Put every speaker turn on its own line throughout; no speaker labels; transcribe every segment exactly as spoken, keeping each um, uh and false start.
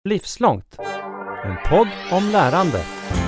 Livslångt. En podd om lärande.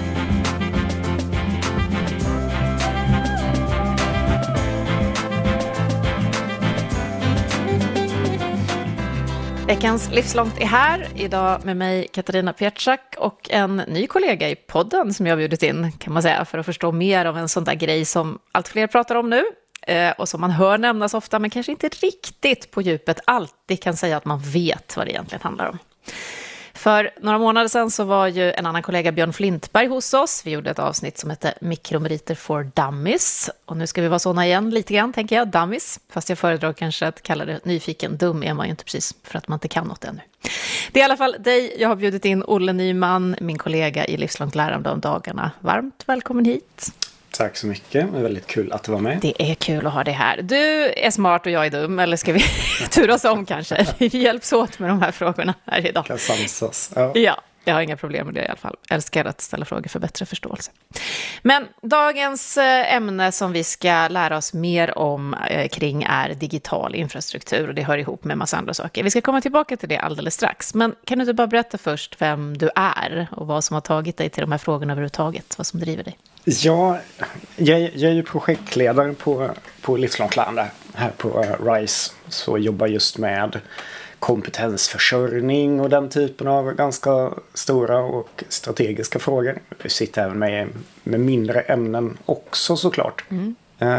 Veckans Livslångt är här. Idag med mig Katarina Pietschak och en ny kollega i podden som jag har bjudit in, kan man säga, för att förstå mer om en sån där grej som allt fler pratar om nu eh, och som man hör nämnas ofta men kanske inte riktigt på djupet alltid kan säga att man vet vad det egentligen handlar om. För några månader sedan så var ju en annan kollega, Björn Flintberg, hos oss. Vi gjorde ett avsnitt som hette Mikromeriter for Dummies. Och nu ska vi vara såna igen lite grann, tänker jag, dummies. Fast jag föredrar kanske att kalla det nyfiken. Dum är man ju inte precis för att man inte kan något ännu. Det är i alla fall dig jag har bjudit in, Olle Nyman, min kollega i Livslångt lärande om dagarna. Varmt välkommen hit.
Tack så mycket, det är väldigt kul att du var med.
Det är kul att ha dig här. Du är smart och jag är dum, eller ska vi turas om kanske? Vi hjälps åt med de här frågorna här idag.
Kan samsas. Ja.
ja, jag har inga problem med det i alla fall. Älskar att ställa frågor för bättre förståelse. Men dagens ämne som vi ska lära oss mer om kring är digital infrastruktur och det hör ihop med massa andra saker. Vi ska komma tillbaka till det alldeles strax. Men kan du inte bara berätta först vem du är och vad som har tagit dig till de här frågorna överhuvudtaget? Vad som driver dig?
Ja, jag, jag är ju projektledare på, på Livslångt lärande här på RISE. Så jobbar just med kompetensförsörjning och den typen av ganska stora och strategiska frågor. Jag sitter även med, med mindre ämnen också såklart. Mm.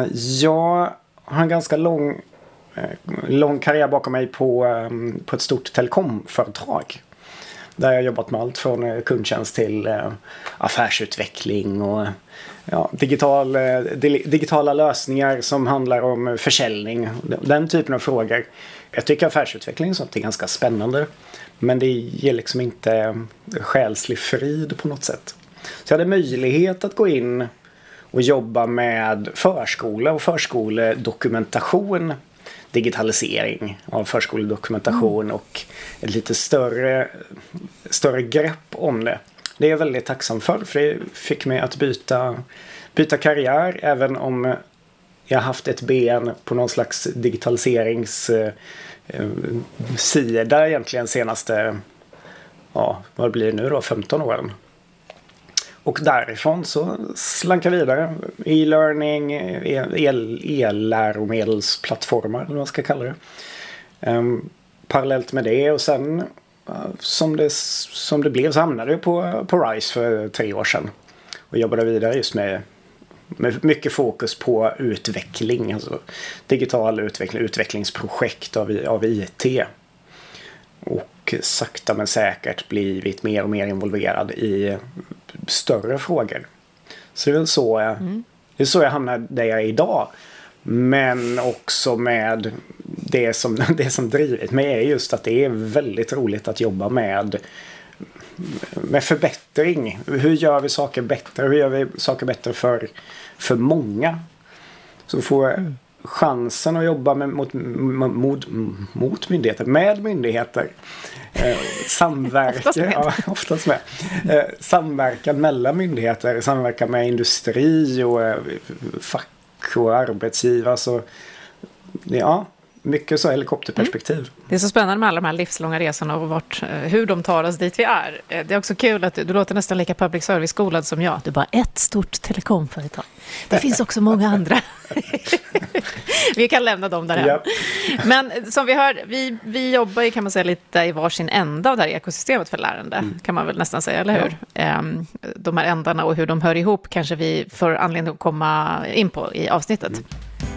Jag har en ganska lång, lång karriär bakom mig på, på ett stort telekomföretag. Där jag har jobbat med allt från kundtjänst till eh, affärsutveckling och ja, digital, eh, digitala lösningar som handlar om försäljning. Den typen av frågor. Jag tycker affärsutveckling sånt är ganska spännande. Men det ger liksom inte själslig frid på något sätt. Så jag hade möjlighet att gå in och jobba med förskola och förskoledokumentation. Digitalisering av förskoledokumentation mm. och ett lite större, större grepp om det. Det är jag väldigt tacksam för, för det fick mig att byta, byta karriär även om jag haft ett ben på någon slags digitaliseringssida eh, egentligen senaste, ja, vad blir det nu då, femton åren. Och därifrån så slank jag vidare. E-learning, e-läromedelsplattformar, eller vad man ska kalla det. Um, parallellt med det och sen uh, som, det, som det blev så hamnade jag på, på RISE för tre år sedan. Och jobbade vidare just med, med mycket fokus på utveckling. Alltså digital utveckling, utvecklingsprojekt av, av I T. Och sakta men säkert blivit mer och mer involverad i större frågor. Så det är väl så jag, mm. det är så jag hamnar där jag är idag. Men också med det som, det som drivit mig är just att det är väldigt roligt att jobba med, med förbättring. Hur gör vi saker bättre? Hur gör vi saker bättre för, för många? Så får jag chansen att jobba med, mot, mot, mot myndigheter, med myndigheter. Eh, samverka, oftast med. Ja, oftast med. Eh, samverkan mellan myndigheter, samverkan med industri och eh, fack och arbetsgivare. Så, ja, mycket så helikopterperspektiv. Mm.
Det är så spännande med alla de här livslånga resorna och vart, hur de tar oss dit vi är. Det är också kul att du, du låter nästan lika public service-skolad som jag. Du är bara ett stort telekomföretag. Det finns också många andra. Vi kan lämna dem där. Ja. Men som vi hör, vi, vi jobbar ju, kan man säga, lite i varsin ända av det här ekosystemet för lärande. Mm. Kan man väl nästan säga, eller hur? Ja. De här ändarna och hur de hör ihop kanske vi får anledning att komma in på i avsnittet. Mm.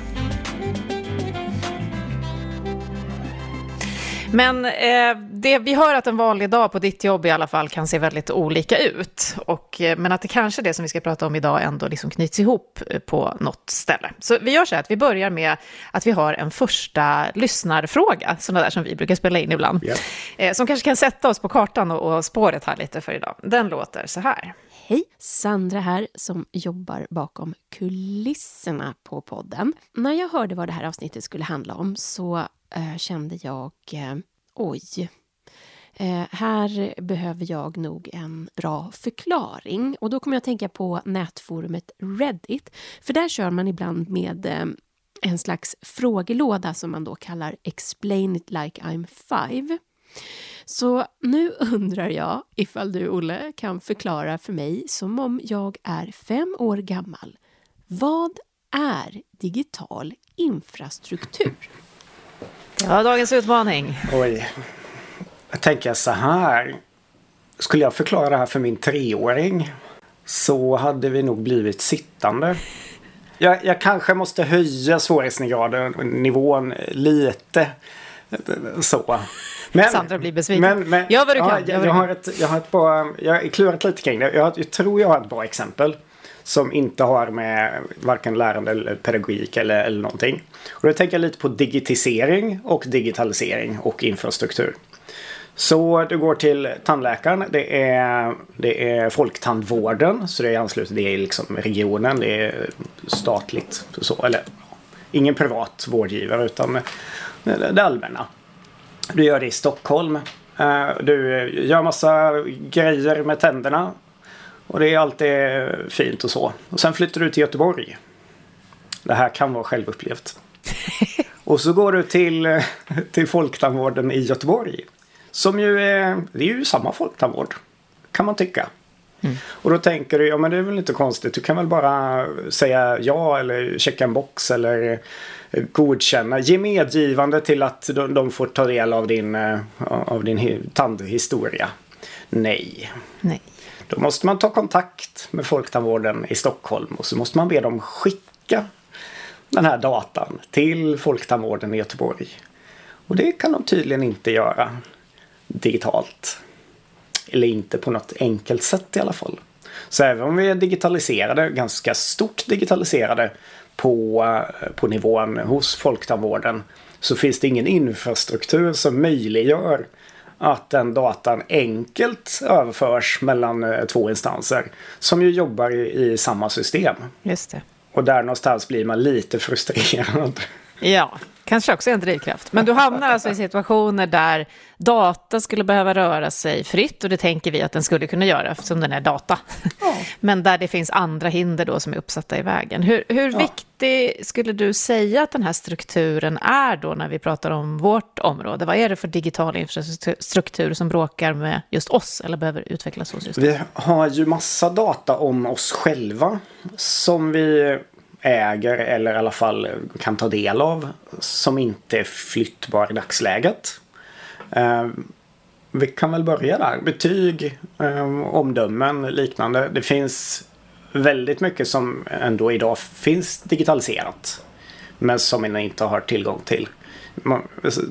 Men eh, det, vi hör att en vanlig dag på ditt jobb i alla fall kan se väldigt olika ut. Och, eh, men att det kanske är det som vi ska prata om idag ändå liksom knyts ihop på något ställe. Så vi gör så att vi börjar med att vi har en första lyssnarfråga. Sådana där som vi brukar spela in ibland. Yeah. Eh, som kanske kan sätta oss på kartan och, och spåret här lite för idag. Den låter så här.
Hej, Sandra här som jobbar bakom kulisserna på podden. När jag hörde vad det här avsnittet skulle handla om så äh, kände jag, äh, oj, äh, här behöver jag nog en bra förklaring. Och då kommer jag att tänka på nätforumet Reddit. För där kör man ibland med äh, en slags frågelåda som man då kallar Explain it like I'm five. Så nu undrar jag ifall du, Olle, kan förklara för mig som om jag är fem år gammal. Vad är digital infrastruktur?
Ja, dagens utmaning.
Oj. Jag tänker så här. Skulle jag förklara det här för min treåring så hade vi nog blivit sittande. Jag, jag kanske måste höja svårighetsgraden nivån lite. Så. Men,
Sandra blir besviken.
Men, men,
Gör vad du
ja,
kan.
Jag, jag, har ett, jag har ett bra, jag har klurat lite kring det. Jag, har, jag tror jag har ett bra exempel som inte har med varken lärande eller pedagogik eller, eller någonting. Och då tänker jag lite på digitisering och digitalisering och infrastruktur. Så du går till tandläkaren, det är, det är folktandvården, så det är anslutet, det är liksom regionen, det är statligt, så, eller ingen privat vårdgivare utan det allmänna. Du gör det i Stockholm, du gör massa grejer med tänderna och det är alltid fint och så. Och sen flyttar du till Göteborg. Det här kan vara självupplevt. Och så går du till, till folktandvården i Göteborg. Som ju är, det är ju samma folktandvård, kan man tycka. Mm. Och då tänker du, ja men det är väl inte konstigt. Du kan väl bara säga ja eller checka en box eller godkänna. Ge medgivande till att de, de får ta del av din, av din tandhistoria. Nej.
Nej.
Då måste man ta kontakt med folktandvården i Stockholm och så måste man be dem skicka den här datan till folktandvården i Göteborg. Och det kan de tydligen inte göra digitalt. Eller inte på något enkelt sätt i alla fall. Så även om vi är digitaliserade, ganska stort digitaliserade på, på nivån hos folktandvården, så finns det ingen infrastruktur som möjliggör att den datan enkelt överförs mellan två instanser som ju jobbar i, i samma system.
Just det.
Och där någonstans blir man lite frustrerad.
Ja, kanske också en drivkraft. Men du hamnar alltså i situationer där data skulle behöva röra sig fritt, och det tänker vi att den skulle kunna göra eftersom den är data. Ja. Men där det finns andra hinder då som är uppsatta i vägen. Hur, hur ja. viktig skulle du säga att den här strukturen är då när vi pratar om vårt område? Vad är det för digital infrastruktur som bråkar med just oss eller behöver utvecklas hos just oss?
Vi har ju massa data om oss själva som vi äger eller i alla fall kan ta del av, som inte är flyttbar i dagsläget. Eh, vi kan väl börja där. Betyg, eh, omdömen, liknande. Det finns väldigt mycket som ändå idag finns digitaliserat, men som man inte har tillgång till. Man,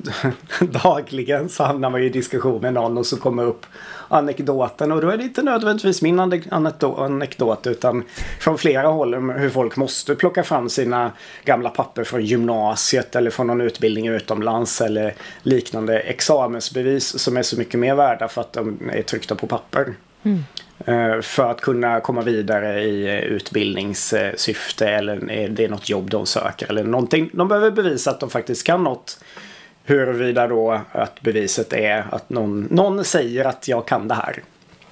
dagligen så hamnar man ju i diskussion med någon och så kommer upp anekdoten, och då är det inte nödvändigtvis min anekdot utan från flera håll om hur folk måste plocka fram sina gamla papper från gymnasiet eller från någon utbildning utomlands eller liknande examensbevis som är så mycket mer värda för att de är tryckta på papper. Mm. För att kunna komma vidare i utbildningssyfte eller är det något jobb de söker eller någonting. De behöver bevisa att de faktiskt kan något. Huruvida då att beviset är att någon, någon säger att jag kan det här.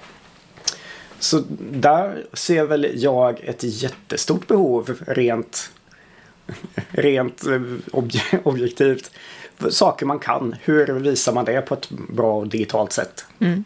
Så där ser väl jag ett jättestort behov rent, rent obje, objektivt. Saker man kan. Hur visar man det på ett bra digitalt sätt? Mm.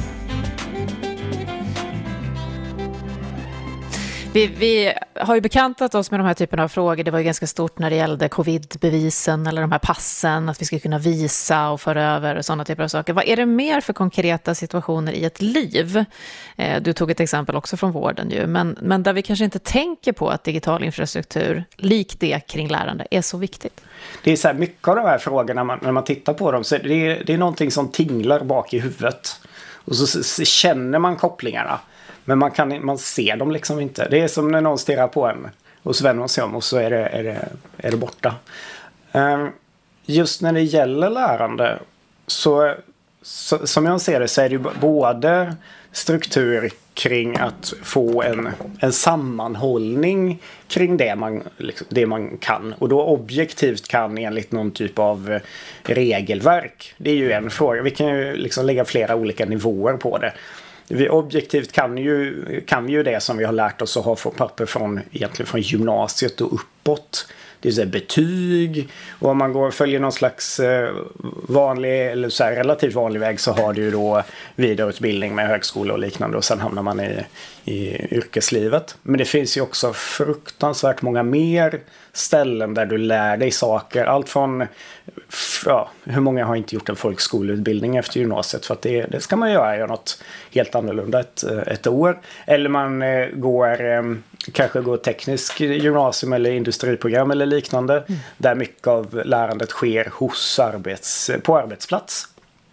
Vi, vi har ju bekantat oss med de här typerna av frågor. Det var ju ganska stort när det gällde covid-bevisen eller de här passen, att vi ska kunna visa och föra över och sådana typer av saker. Vad är det mer för konkreta situationer i ett liv? Eh, du tog ett exempel också från vården ju, men, men där vi kanske inte tänker på att digital infrastruktur, likt det kring lärande, är så viktigt.
Det är så här mycket av de här frågorna, när man, när man tittar på dem, så det är, det är någonting som tinglar bak i huvudet. Och så, så, så känner man kopplingarna. Men man, kan, man ser dem liksom inte. Det är som när någon stirrar på en och så vänder man sig om och så är det, är det, är det borta. Just när det gäller lärande så, så som jag ser det så är det ju både struktur kring att få en, en sammanhållning kring det man, liksom, det man kan. Och då objektivt kan enligt någon typ av regelverk. Det är ju en fråga. Vi kan ju liksom lägga flera olika nivåer på det. Vi objektivt kan ju, kan vi ju det som vi har lärt oss att ha från papper från, egentligen från gymnasiet och uppåt. det är så här betyg. Och om man går följer någon slags eh, vanlig eller så här relativt vanlig väg så har du ju då vidareutbildning med högskola och liknande och sen hamnar man i, i yrkeslivet. Men det finns ju också fruktansvärt många mer ställen där du lär dig saker. Allt från, ja, hur många har inte gjort en folkskoleutbildning efter gymnasiet för att det, det ska man göra, göra något helt annorlunda ett, ett år. Eller man eh, går, eh, kanske går teknisk gymnasium eller industriprogram eller liknande mm. där mycket av lärandet sker hos arbets, på arbetsplats.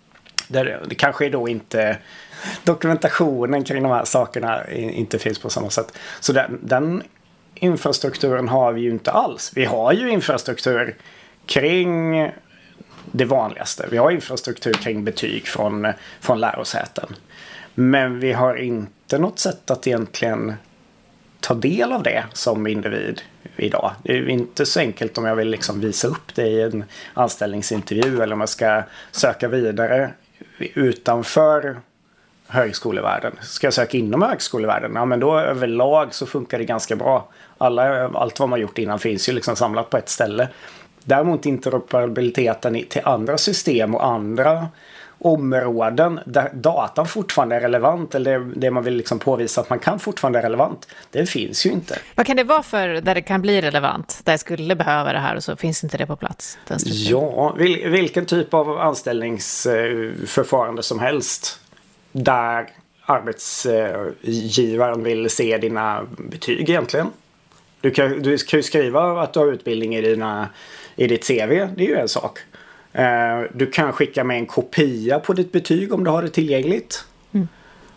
Där det kanske är då inte dokumentationen kring de här sakerna inte finns på samma sätt. Så den, den infrastrukturen har vi ju inte alls. Vi har ju infrastruktur kring det vanligaste. Vi har infrastruktur kring betyg från, från lärosäten. Men vi har inte något sätt att egentligen ta del av det som individ idag. Det är inte så enkelt om jag vill liksom visa upp det i en anställningsintervju eller om jag ska söka vidare utanför högskolevärlden. Ska jag söka inom högskolevärlden? Ja, men då överlag så funkar det ganska bra. Alla, allt vad man gjort innan finns ju liksom samlat på ett ställe. Däremot interoperabiliteten till andra system och andra områden där datan fortfarande är relevant eller det, det man vill liksom påvisa att man kan fortfarande är relevant, det finns ju inte.
Vad kan det vara för där det kan bli relevant? Där jag skulle behöva det här och så finns inte det på plats?
Ja, vil, vilken typ av anställningsförfarande som helst där arbetsgivaren vill se dina betyg egentligen. Du kan, du kan ju skriva att du har utbildning i, dina, i ditt C V, det är ju en sak. Du kan skicka med en kopia på ditt betyg om du har det tillgängligt. Mm.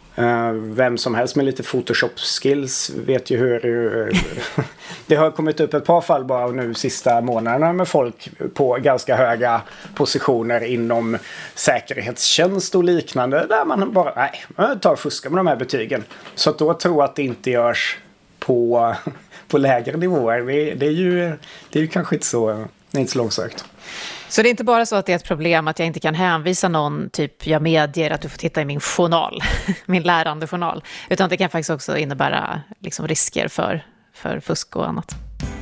Vem som helst med lite Photoshop skills vet ju hur det har kommit upp ett par fall bara nu sista månaderna med folk på ganska höga positioner inom säkerhetstjänst och liknande där man bara nej, man tar och fuskar med de här betygen. Så att då tror att det inte görs på, på lägre nivåer, det är ju, det är ju kanske inte så, det är inte så långsökt.
Så det är inte bara så att det är ett problem att jag inte kan hänvisa någon, typ jag medger att du får titta i min journal, min lärande journal, utan det kan faktiskt också innebära liksom risker för, för fusk och annat.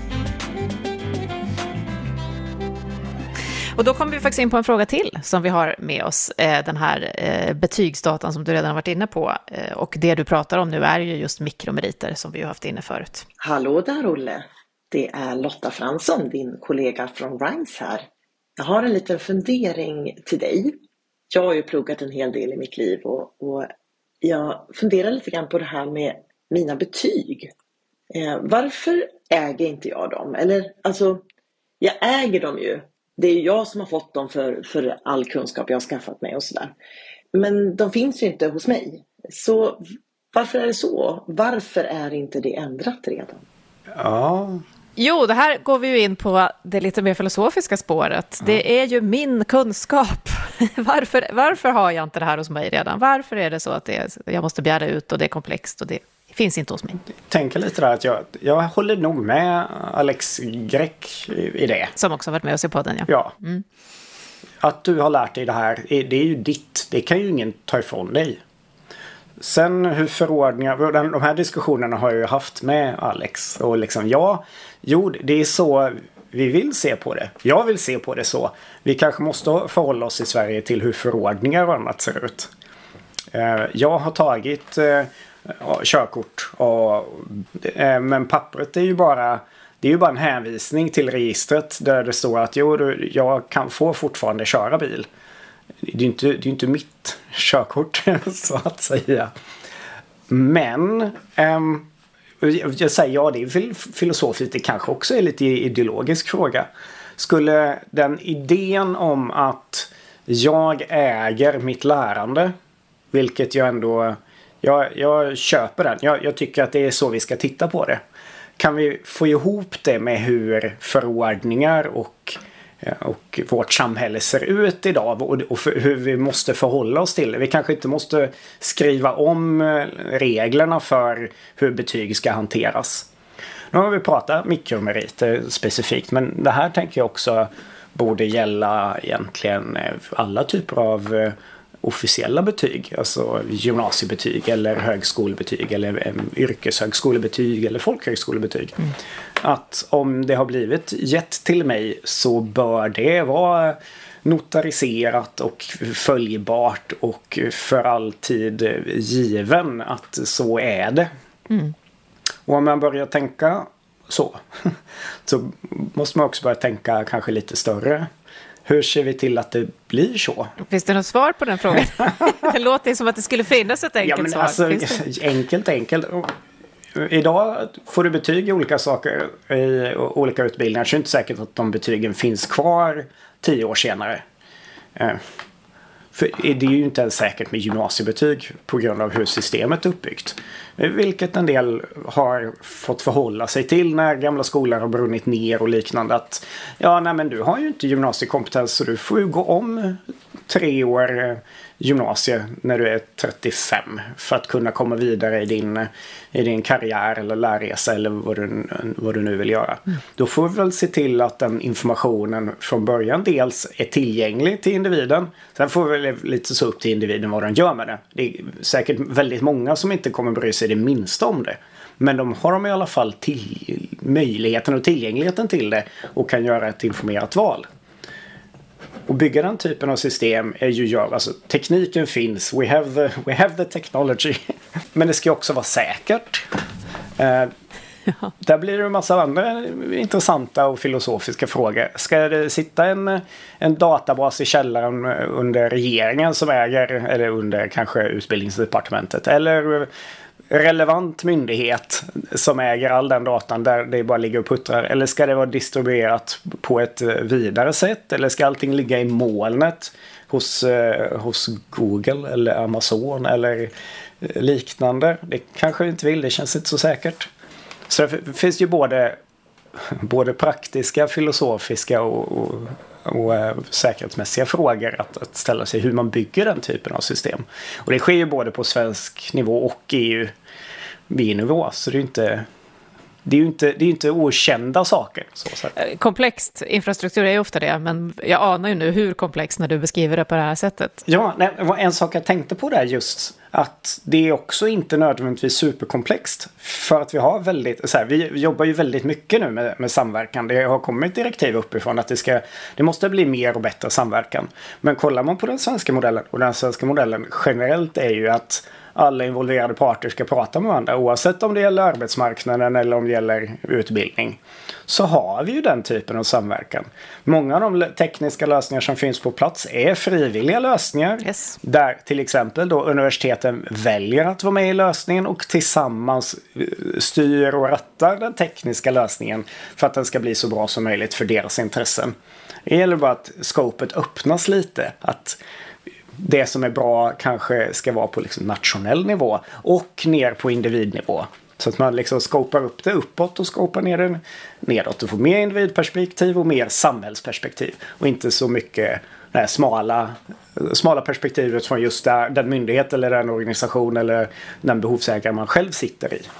Och då kommer vi faktiskt in på en fråga till som vi har med oss, den här betygsdatan som du redan har varit inne på, och det du pratar om nu är ju just mikromeriter som vi har haft inne förut.
Hallå där Olle, det är Lotta Fransson, din kollega från RISE här. Jag har en liten fundering till dig. Jag har ju pluggat en hel del i mitt liv och, och jag funderar lite grann på det här med mina betyg. Eh, varför äger inte jag dem? Eller alltså, jag äger dem ju. Det är ju jag som har fått dem för, för all kunskap jag har skaffat mig och sådär. Men de finns ju inte hos mig. Så varför är det så? Varför är inte det ändrat redan?
Ja...
Jo, det här går vi ju in på det lite mer filosofiska spåret. Ja. Det är ju min kunskap. Varför, varför har jag inte det här hos mig redan? Varför är det så att det är, jag måste begära ut och det är komplext och det finns inte hos mig? Tänker
lite där att jag, jag håller nog med Alex Grek i det.
Som också har varit med oss i podden, ja.
Ja.
Mm.
Att du har lärt dig det här, det är ju ditt. Det kan ju ingen ta ifrån dig. Sen hur förordningar, de här diskussionerna har jag ju haft med Alex. Och liksom, ja, jo, det är så vi vill se på det. Jag vill se på det så. Vi kanske måste förhålla oss i Sverige till hur förordningar och annat ser ut. Jag har tagit körkort, och, men pappret är ju bara... Det är ju bara en hänvisning till registret där det står att jo, jag kan få fortfarande köra bil. Det är ju inte, det är inte mitt körkort så att säga. Men ähm, jag säger ja, det är filosofiskt, det kanske också är lite ideologisk fråga. Skulle den idén om att jag äger mitt lärande, vilket jag ändå, jag, jag köper den. Jag, jag tycker att det är så vi ska titta på det. Kan vi få ihop det med hur förordningar och och vårt samhälle ser ut idag och hur vi måste förhålla oss till det. Vi kanske inte måste skriva om reglerna för hur betyg ska hanteras. Nu har vi pratat mikromeriter specifikt, men det här tänker jag också borde gälla egentligen alla typer av officiella betyg, alltså gymnasiebetyg eller högskolebetyg eller yrkeshögskolebetyg eller folkhögskolebetyg. att om det har blivit gett till mig så bör det vara notariserat och följbart och för alltid given att så är det. Mm. Och om man börjar tänka så, så måste man också börja tänka kanske lite större. Hur ser vi till att det blir så?
Finns det något svar på den frågan? Det låter som att det skulle finnas ett enkelt
ja, men
svar.
Alltså, enkelt, enkelt. Idag får du betyg i olika saker i olika utbildningar. Så är det inte säkert att de betygen finns kvar tio år senare. För det är ju inte ens säkert med gymnasiebetyg på grund av hur systemet är uppbyggt. Vilket en del har fått förhålla sig till när gamla skolor har brunnit ner och liknande. Att ja, nej men du har ju inte gymnasiekompetens så du får ju gå om tre år gymnasie när du är trettiofem för att kunna komma vidare i din, i din karriär eller lärresa eller vad du, vad du nu vill göra. Mm. Då får vi väl se till att den informationen från början dels är tillgänglig till individen. Sen får vi lite så upp till individen vad den gör med det. Det är säkert väldigt många som inte kommer bry sig det minsta om det. Men de har de i alla fall till, möjligheten och tillgängligheten till det och kan göra ett informerat val. Och bygga den typen av system är ju gör, alltså tekniken finns, we have the, we have the technology. Men det ska också vara säkert. Eh, ja. Där blir det en massa andra intressanta och filosofiska frågor. Ska det sitta en, en databas i källaren under regeringen som äger, eller under kanske utbildningsdepartementet, eller relevant myndighet som äger all den datan där det bara ligger och puttrar, eller ska det vara distribuerat på ett vidare sätt, eller ska allting ligga i molnet hos, eh, hos Google eller Amazon eller liknande? Det kanske vi inte vill, det känns inte så säkert. Så det finns ju både, både praktiska, filosofiska och, och, och äh, säkerhetsmässiga frågor att, att ställa sig hur man bygger den typen av system. Och det sker ju både på svensk nivå och E U-nivå, så det är ju inte... Det är ju inte, det är inte okända saker. Så, så.
Komplext infrastruktur är ju ofta det, men jag anar ju nu hur komplext när du beskriver det på det här sättet.
Ja, nej, en sak jag tänkte på där just, att det är också inte nödvändigtvis superkomplext. För att vi har väldigt, så här, vi jobbar ju väldigt mycket nu med, med samverkan. Det har kommit direktiv uppifrån att det, ska, det måste bli mer och bättre samverkan. Men kollar man på den svenska modellen, och den svenska modellen generellt är ju att alla involverade parter ska prata med varandra, oavsett om det gäller arbetsmarknaden eller om det gäller utbildning. Så har vi ju den typen av samverkan. Många av de tekniska lösningar som finns på plats är frivilliga lösningar.
Yes.
Där till exempel då universiteten väljer att vara med i lösningen och tillsammans styr och rattar den tekniska lösningen för att den ska bli så bra som möjligt för deras intressen. Det gäller bara att skopet öppnas lite, att det som är bra kanske ska vara på liksom nationell nivå och ner på individnivå. Så att man liksom skopar upp det uppåt och skopar ner det nedåt. Och får mer individperspektiv och mer samhällsperspektiv. Och inte så mycket det här smala, smala perspektivet från just där, den myndighet eller den organisation eller den behovsägare man själv sitter i.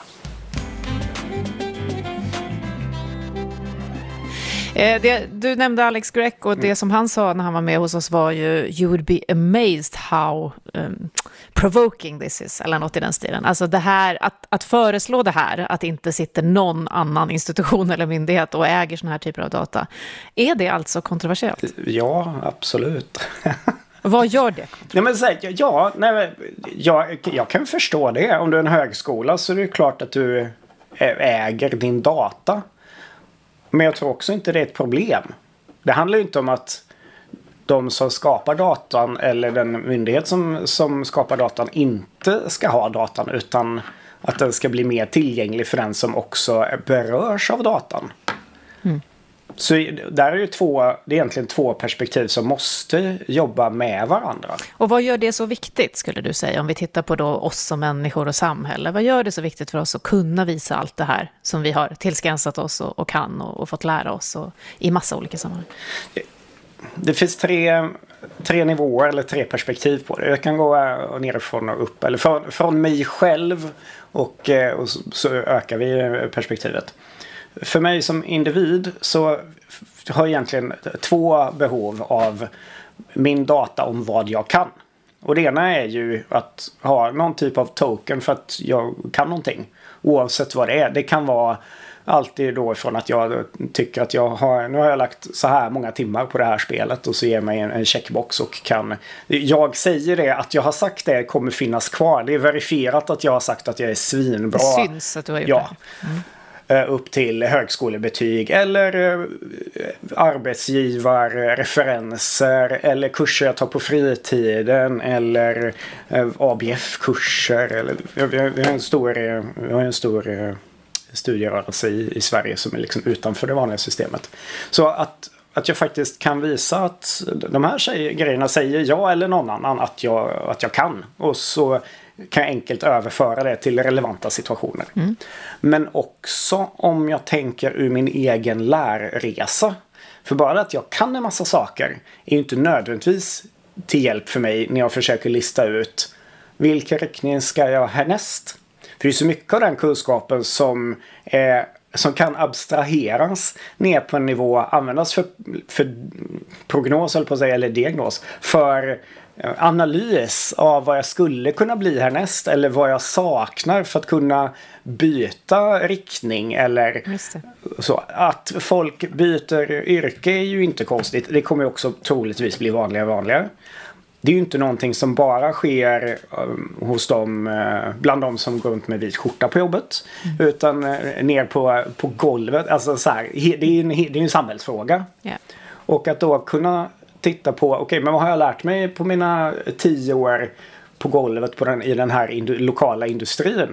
Det, du nämnde Alex Grech och det mm. som han sa när han var med hos oss var ju you would be amazed how um, provoking this is, eller något i den stilen. Alltså det här, att, att föreslå det här, att inte sitter någon annan institution eller myndighet och äger såna här typer av data. Är det alltså kontroversiellt?
Ja, absolut.
Vad gör det?
Ja, men så här, ja, nej, jag, jag kan förstå det. Om du är en högskola så är det klart att du äger din data. Men jag tror också inte det är ett problem. Det handlar ju inte om att de som skapar datan eller den myndighet som, som skapar datan inte ska ha datan, utan att den ska bli mer tillgänglig för den som också berörs av datan. Mm. Så där är ju två, det är egentligen två perspektiv som måste jobba med varandra.
Och vad gör det så viktigt, skulle du säga, om vi tittar på då oss som människor och samhälle? Vad gör det så viktigt för oss att kunna visa allt det här som vi har tillskansat oss och, och kan och, och fått lära oss och, i massa olika sammanhang?
Det, det finns tre, tre nivåer eller tre perspektiv på det. Jag kan gå nerifrån och upp, eller från, från mig själv och, och så, så ökar vi perspektivet. För mig som individ så har jag egentligen två behov av min data om vad jag kan. Och det ena är ju att ha någon typ av token för att jag kan någonting. Oavsett vad det är. Det kan vara alltid då från att jag tycker att jag har, nu har jag lagt så här många timmar på det här spelet och så ger mig en, en checkbox och kan, jag säger det, att jag har sagt det kommer finnas kvar. Det är verifierat att jag har sagt att jag är svinbra.
Det syns att du har gjort
ja.
det. Mm.
Upp till högskolebetyg eller uh, arbetsgivarreferenser eller kurser jag tar på fritiden eller uh, A B F-kurser. Eller, vi har en stor, uh, vi har en stor uh, studierörelse i, i Sverige som är liksom utanför det vanliga systemet. Så att, att jag faktiskt kan visa att de här tjej, grejerna säger jag eller någon annan att jag, att jag kan. Och så kan jag enkelt överföra det till relevanta situationer. Mm. Men också om jag tänker ur min egen lärresa. För bara att jag kan en massa saker är ju inte nödvändigtvis till hjälp för mig när jag försöker lista ut vilken riktning ska jag härnäst. För det är så mycket av den kunskapen som, är, som kan abstraheras ner på en nivå, användas för, för prognos eller, på sig, eller diagnos, för analys av vad jag skulle kunna bli härnäst eller vad jag saknar för att kunna byta riktning eller så. Att folk byter yrke är ju inte konstigt. Det kommer ju också troligtvis bli vanligare och vanligare. Det är ju inte någonting som bara sker um, hos dem, uh, bland de som går runt med vit skjorta på jobbet. Mm. Utan uh, ner på, på golvet. Alltså så här, he, det är ju en, det är en samhällsfråga. Yeah. Och att då kunna titta på, okej, okay, men vad har jag lärt mig på mina tio år på golvet på den, i den här indu, lokala industrin?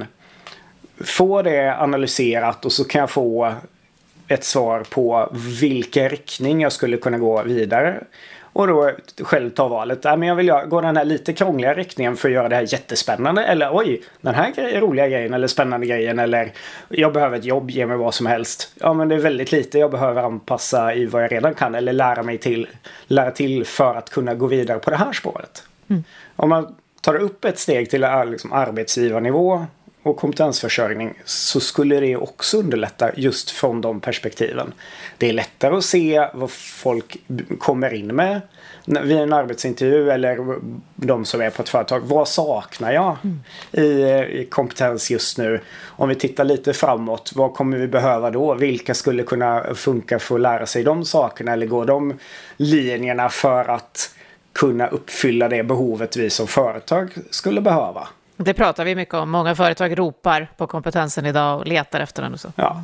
Få det analyserat och så kan jag få ett svar på vilken riktning jag skulle kunna gå vidare. Och då själv ta valet. Ja, men jag vill gå den här lite krångliga riktningen för att göra det här jättespännande. Eller oj, den här grej, roliga grejen eller spännande grejen. Eller jag behöver ett jobb, ge mig vad som helst. Ja, men det är väldigt lite jag behöver anpassa i vad jag redan kan. Eller lära mig till, lära till för att kunna gå vidare på det här spåret. Mm. Om man tar upp ett steg till liksom, arbetsgivarnivå och kompetensförsörjning så skulle det också underlätta just från de perspektiven. Det är lättare att se vad folk kommer in med vid en arbetsintervju eller de som är på ett företag. Vad saknar jag mm. i, i kompetens just nu? Om vi tittar lite framåt, vad kommer vi behöva då? Vilka skulle kunna funka för att lära sig de sakerna eller gå de linjerna för att kunna uppfylla det behovet vi som företag skulle behöva?
Det pratar vi mycket om. Många företag ropar på kompetensen idag och letar efter den och så.
Ja,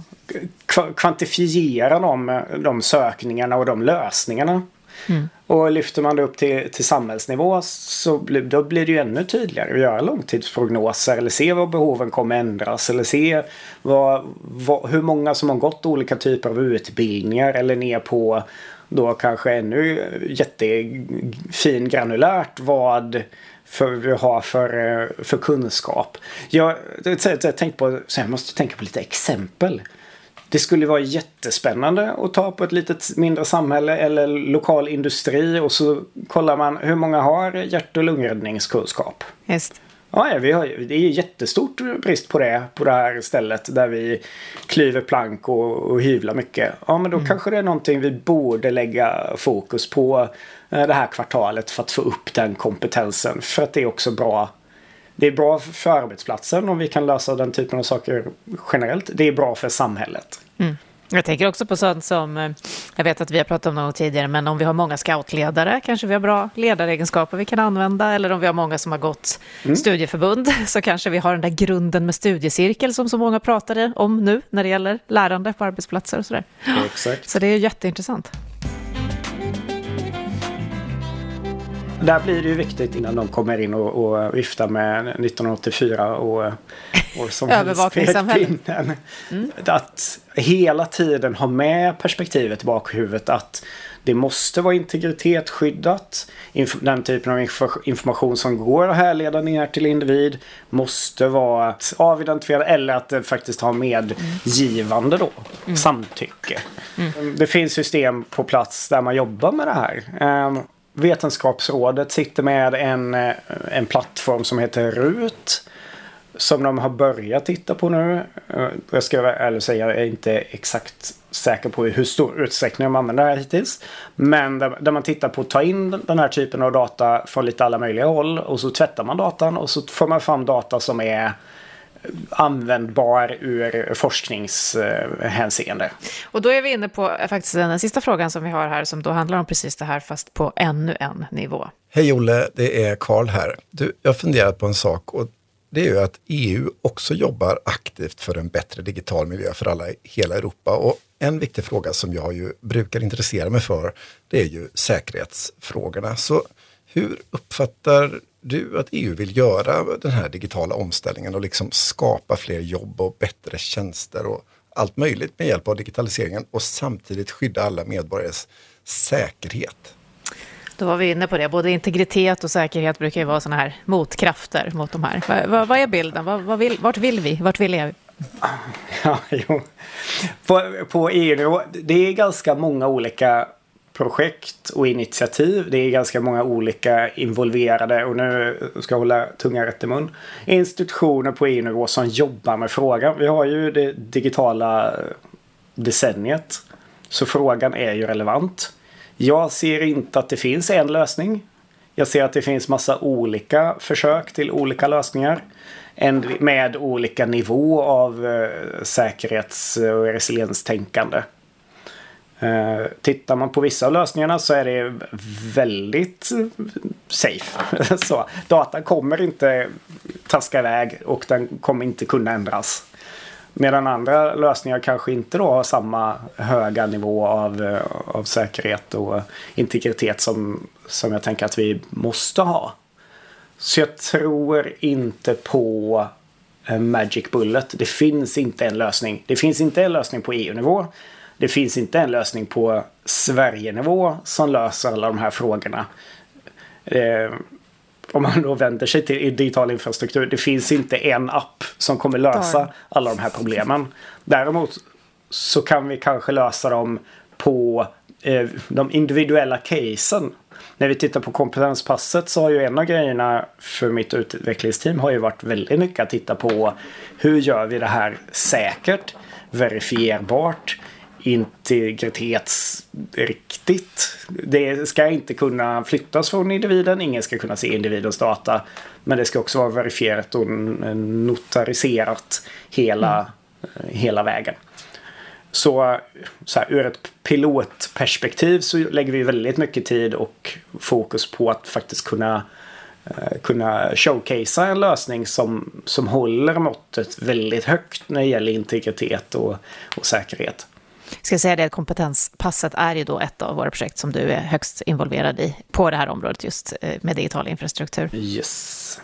kvantifiera de, de sökningarna och de lösningarna. Mm. Och lyfter man det upp till, till samhällsnivå så blir, då blir det ju ännu tydligare att göra långtidsprognoser eller se vad behoven kommer ändras eller se vad, vad, hur många som har gått olika typer av utbildningar eller ner på då kanske ännu jättefin granulärt vad för vi har för, för kunskap. Jag, jag, jag, tänkte på, så jag måste tänka på lite exempel. Det skulle vara jättespännande att ta på ett litet mindre samhälle eller lokal industri och så kollar man hur många har hjärt- och lungräddningskunskap.
Just.
Ja, vi har, det är jättestort brist på det på det här stället där vi klyver plank och, och hyvlar mycket. Ja, men då mm. kanske det är någonting vi borde lägga fokus på det här kvartalet för att få upp den kompetensen. För att det är också bra. Det är bra för arbetsplatsen om vi kan lösa den typen av saker generellt. Det är bra för samhället.
Mm. Jag tänker också på sånt som, jag vet att vi har pratat om något tidigare, men om vi har många scoutledare kanske vi har bra ledaregenskaper vi kan använda, eller om vi har många som har gått mm. studieförbund så kanske vi har den där grunden med studiecirkel som så många pratade om nu när det gäller lärande på arbetsplatser och sådär.
Ja, exakt.
Så det är jätteintressant.
Där blir det ju viktigt innan de kommer in och, och viftar med nittonhundraåttiofyra och, och som
övervakningssamhället.
Mm. Att hela tiden ha med perspektivet bak huvudet att det måste vara integritetsskyddat. Den typen av information som går att härleda ner till individ måste vara avidentifierad eller att det faktiskt har medgivande då. Mm. Samtycke. Mm. Det finns system på plats där man jobbar med det här. Vetenskapsrådet sitter med en, en plattform som heter RUT som de har börjat titta på nu. Jag ska vara ärlig och säga jag är inte exakt säker på hur stor utsträckning de använder det här hittills. Men där, där man tittar på att ta in den här typen av data från lite alla möjliga håll och så tvättar man datan och så får man fram data som är användbar ur forskningshänseende.
Och då är vi inne på faktiskt den sista frågan som vi har här, som då handlar om precis det här fast på ännu en nivå.
Hej Olle, det är Carl här. Du, jag har funderat på en sak, och det är ju att E U också jobbar aktivt för en bättre digital miljö för alla i hela Europa. Och en viktig fråga som jag ju brukar intressera mig för, det är ju säkerhetsfrågorna. Så hur uppfattar du att E U vill göra den här digitala omställningen och liksom skapa fler jobb och bättre tjänster och allt möjligt med hjälp av digitaliseringen och samtidigt skydda alla medborgares säkerhet?
Då var vi inne på det. Både integritet och säkerhet brukar ju vara såna här motkrafter mot de här. Vad, vad, vad är bilden? Vad, vad vill, vart vill vi? Vart vill jag?
Ja, jo. På, på E U-nivå, det är ganska många olika projekt och initiativ. Det är ganska många olika involverade, och nu ska jag hålla tungan rätt i mun, institutioner på E U-nivå som jobbar med frågan. Vi har ju det digitala decenniet, så frågan är ju relevant. Jag ser inte att det finns en lösning. Jag ser att det finns massa olika försök till olika lösningar med olika nivå av säkerhets- och resilienstänkande. Uh, tittar man på vissa av lösningarna så är det väldigt safe. Så, datan kommer inte taska iväg och den kommer inte kunna ändras. Medan andra lösningar kanske inte då har samma höga nivå av, av säkerhet och integritet som, som jag tänker att vi måste ha. Så jag tror inte på en magic bullet. Det finns inte en lösning. Det finns inte en lösning på E U-nivå. Det finns inte en lösning på Sverige-nivå som löser alla de här frågorna. Eh, om man då vänder sig till digital infrastruktur, det finns inte en app som kommer lösa alla de här problemen. Däremot så kan vi kanske lösa dem på eh, de individuella casen. När vi tittar på kompetenspasset så har ju en av grejerna för mitt utvecklingsteam har ju varit väldigt mycket att titta på hur gör vi det här säkert, verifierbart, integritetsriktigt. Det ska inte kunna flyttas från individen. Ingen ska kunna se individens data. Men det ska också vara verifierat och notariserat hela, mm. hela vägen. Så, så här, ur ett pilotperspektiv så lägger vi väldigt mycket tid och fokus på att faktiskt kunna kunna showcasea en lösning som, som håller måttet väldigt högt när det gäller integritet och, och säkerhet.
Ska jag säga det att kompetenspasset är ju då ett av våra projekt som du är högst involverad i på det här området just med digital infrastruktur.
Yes.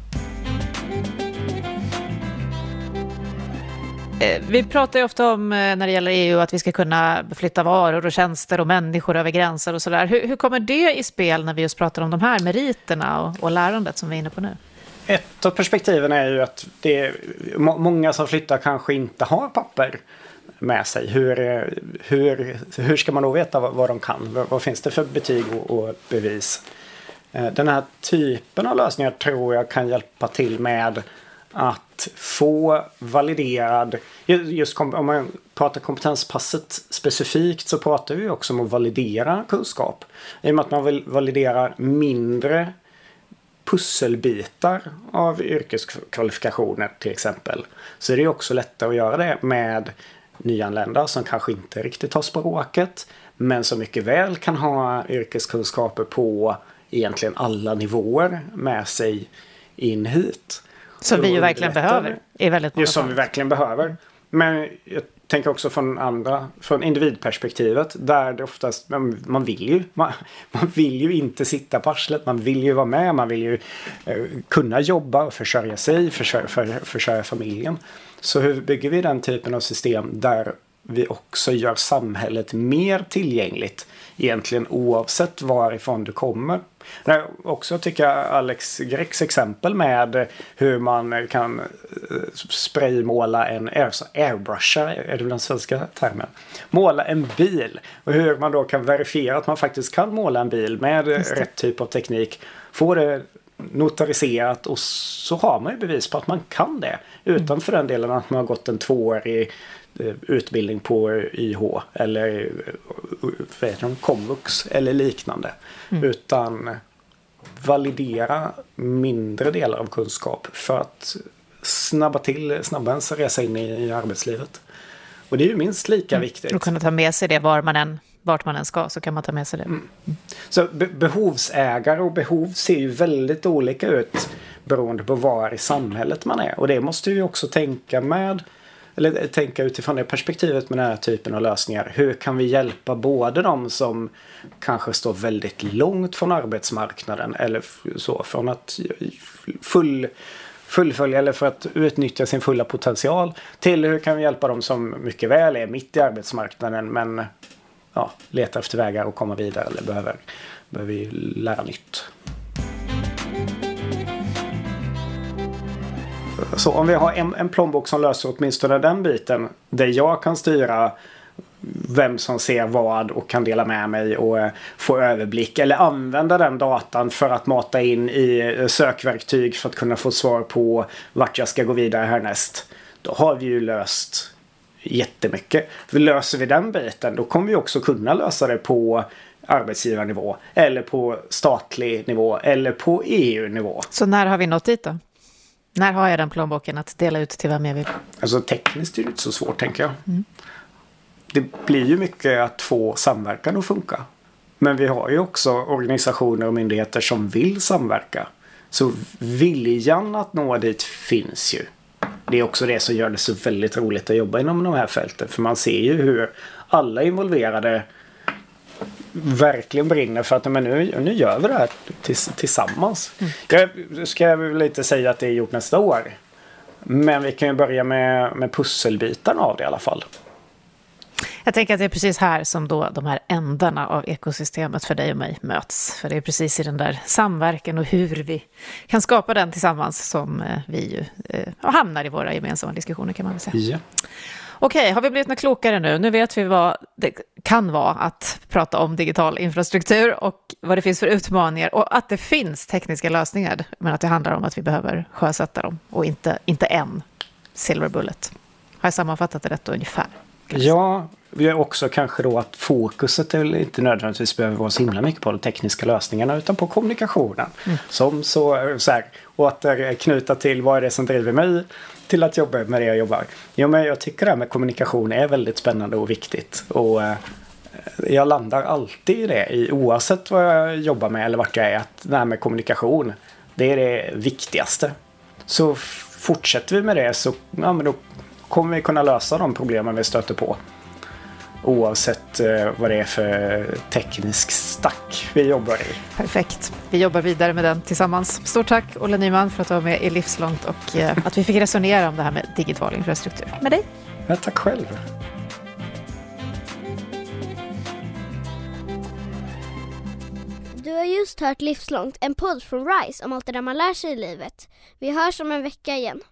Vi pratar ju ofta om när det gäller E U att vi ska kunna flytta varor och tjänster och människor över gränser och sådär. Hur, hur kommer det i spel när vi just pratar om de här meriterna och, och lärandet som vi är inne på nu?
Ett av perspektiven är ju att det är, må, många som flyttar kanske inte har papper med sig. Hur, hur, hur ska man då veta vad, vad de kan? Vad, vad finns det för betyg och, och bevis? Den här typen av lösningar tror jag kan hjälpa till med att få validerad, just om man pratar kompetenspasset specifikt så pratar vi också om att validera kunskap. I och med att man vill validera mindre pusselbitar av yrkeskvalifikationer till exempel, så är det också lättare att göra det med nyanlända som kanske inte riktigt har språket men som mycket väl kan ha yrkeskunskaper på egentligen alla nivåer med sig in hit.
Som vi ju verkligen behöver i väldigt många
fall. Som vi verkligen behöver. Men jag tänker också från andra, från individperspektivet där det oftast, man, man vill ju man, man vill ju inte sitta på arslet, man vill ju vara med, man vill ju eh, kunna jobba och försörja sig, försörja, för, försörja familjen. Så hur bygger vi den typen av system där vi också gör samhället mer tillgängligt egentligen oavsett varifrån du kommer? Jag också tycker Alex Grecs exempel med hur man kan spraymåla en airbrusha, är det den svenska termen? Måla en bil och hur man då kan verifiera att man faktiskt kan måla en bil med rätt typ av teknik. Få det notariserat och så har man ju bevis på att man kan det utan för den delen att man har gått en tvåårig utbildning på Y H eller vet du, komvux eller liknande. Mm. Utan validera mindre delar av kunskap för att snabba till, snabba ens resa in i, i arbetslivet. Och det är ju minst lika mm. viktigt.
Och kunna ta med sig det var man än, vart man än ska, så kan man ta med sig det.
Mm. Så be- behovsägare och behov ser ju väldigt olika ut beroende på var i samhället man är. Och det måste vi också tänka med, eller tänka utifrån det perspektivet med den här typen av lösningar. Hur kan vi hjälpa både de som kanske står väldigt långt från arbetsmarknaden eller så, från att full, fullfölja eller för att utnyttja sin fulla potential, till hur kan vi hjälpa dem som mycket väl är mitt i arbetsmarknaden men ja, letar efter vägar och komma vidare eller behöver, behöver vi lära nytt. Så om vi har en, en plånbok som löser åtminstone den biten där jag kan styra vem som ser vad och kan dela med mig och eh, få överblick eller använda den datan för att mata in i eh, sökverktyg för att kunna få svar på vart jag ska gå vidare härnäst. Då har vi ju löst jättemycket. För löser vi den biten, då kommer vi också kunna lösa det på arbetsgivarnivå eller på statlig nivå eller på E U-nivå.
Så när har vi nått dit då? När har jag den plånboken att dela ut till vem jag vill?
Alltså tekniskt är det inte så svårt, tänker jag.
Mm.
Det blir ju mycket att få samverkan att funka. Men vi har ju också organisationer och myndigheter som vill samverka. Så viljan att nå dit finns ju. Det är också det som gör det så väldigt roligt att jobba inom de här fälten. För man ser ju hur alla involverade verkligen brinner för att men nu, nu gör vi det här tiss, tillsammans. Mm. Jag ska väl inte säga att det är gjort nästa år. Men vi kan ju börja med, med pusselbitarna av det i alla fall.
Jag tänker att det är precis här som då de här ändarna av ekosystemet för dig och mig möts. För det är precis i den där samverkan och hur vi kan skapa den tillsammans som vi ju eh, hamnar i våra gemensamma diskussioner, kan man väl säga.
Ja.
Okej, har vi blivit något klokare nu? Nu vet vi vad det kan vara att prata om digital infrastruktur och vad det finns för utmaningar och att det finns tekniska lösningar, men att det handlar om att vi behöver sjösätta dem och inte, inte en silver bullet. Har jag sammanfattat det rätt då ungefär?
Ja, vi har också kanske då att fokuset är inte nödvändigtvis behöver vara så himla mycket på de tekniska lösningarna utan på kommunikationen. Mm. Som så, så här, och att knyta till vad är det som driver mig till att jobba med det jag jobbar. Jo, men jag tycker det här med kommunikation är väldigt spännande och viktigt. Och eh, jag landar alltid i det, i, oavsett vad jag jobbar med eller vart jag är, att det här med kommunikation, det är det viktigaste. Så fortsätter vi med det så ja, men då kommer vi kunna lösa de problemen vi stöter på. Oavsett eh, vad det är för teknisk stack vi jobbar i.
Perfekt. Vi jobbar vidare med den tillsammans. Stort tack Olle Nyman för att du var med i Livslångt och eh, att vi fick resonera om det här med digital infrastruktur med dig.
Ja, tack själv.
Du har just hört Livslångt, en podd från RISE om allt det där man lär sig i livet. Vi hörs om en vecka igen.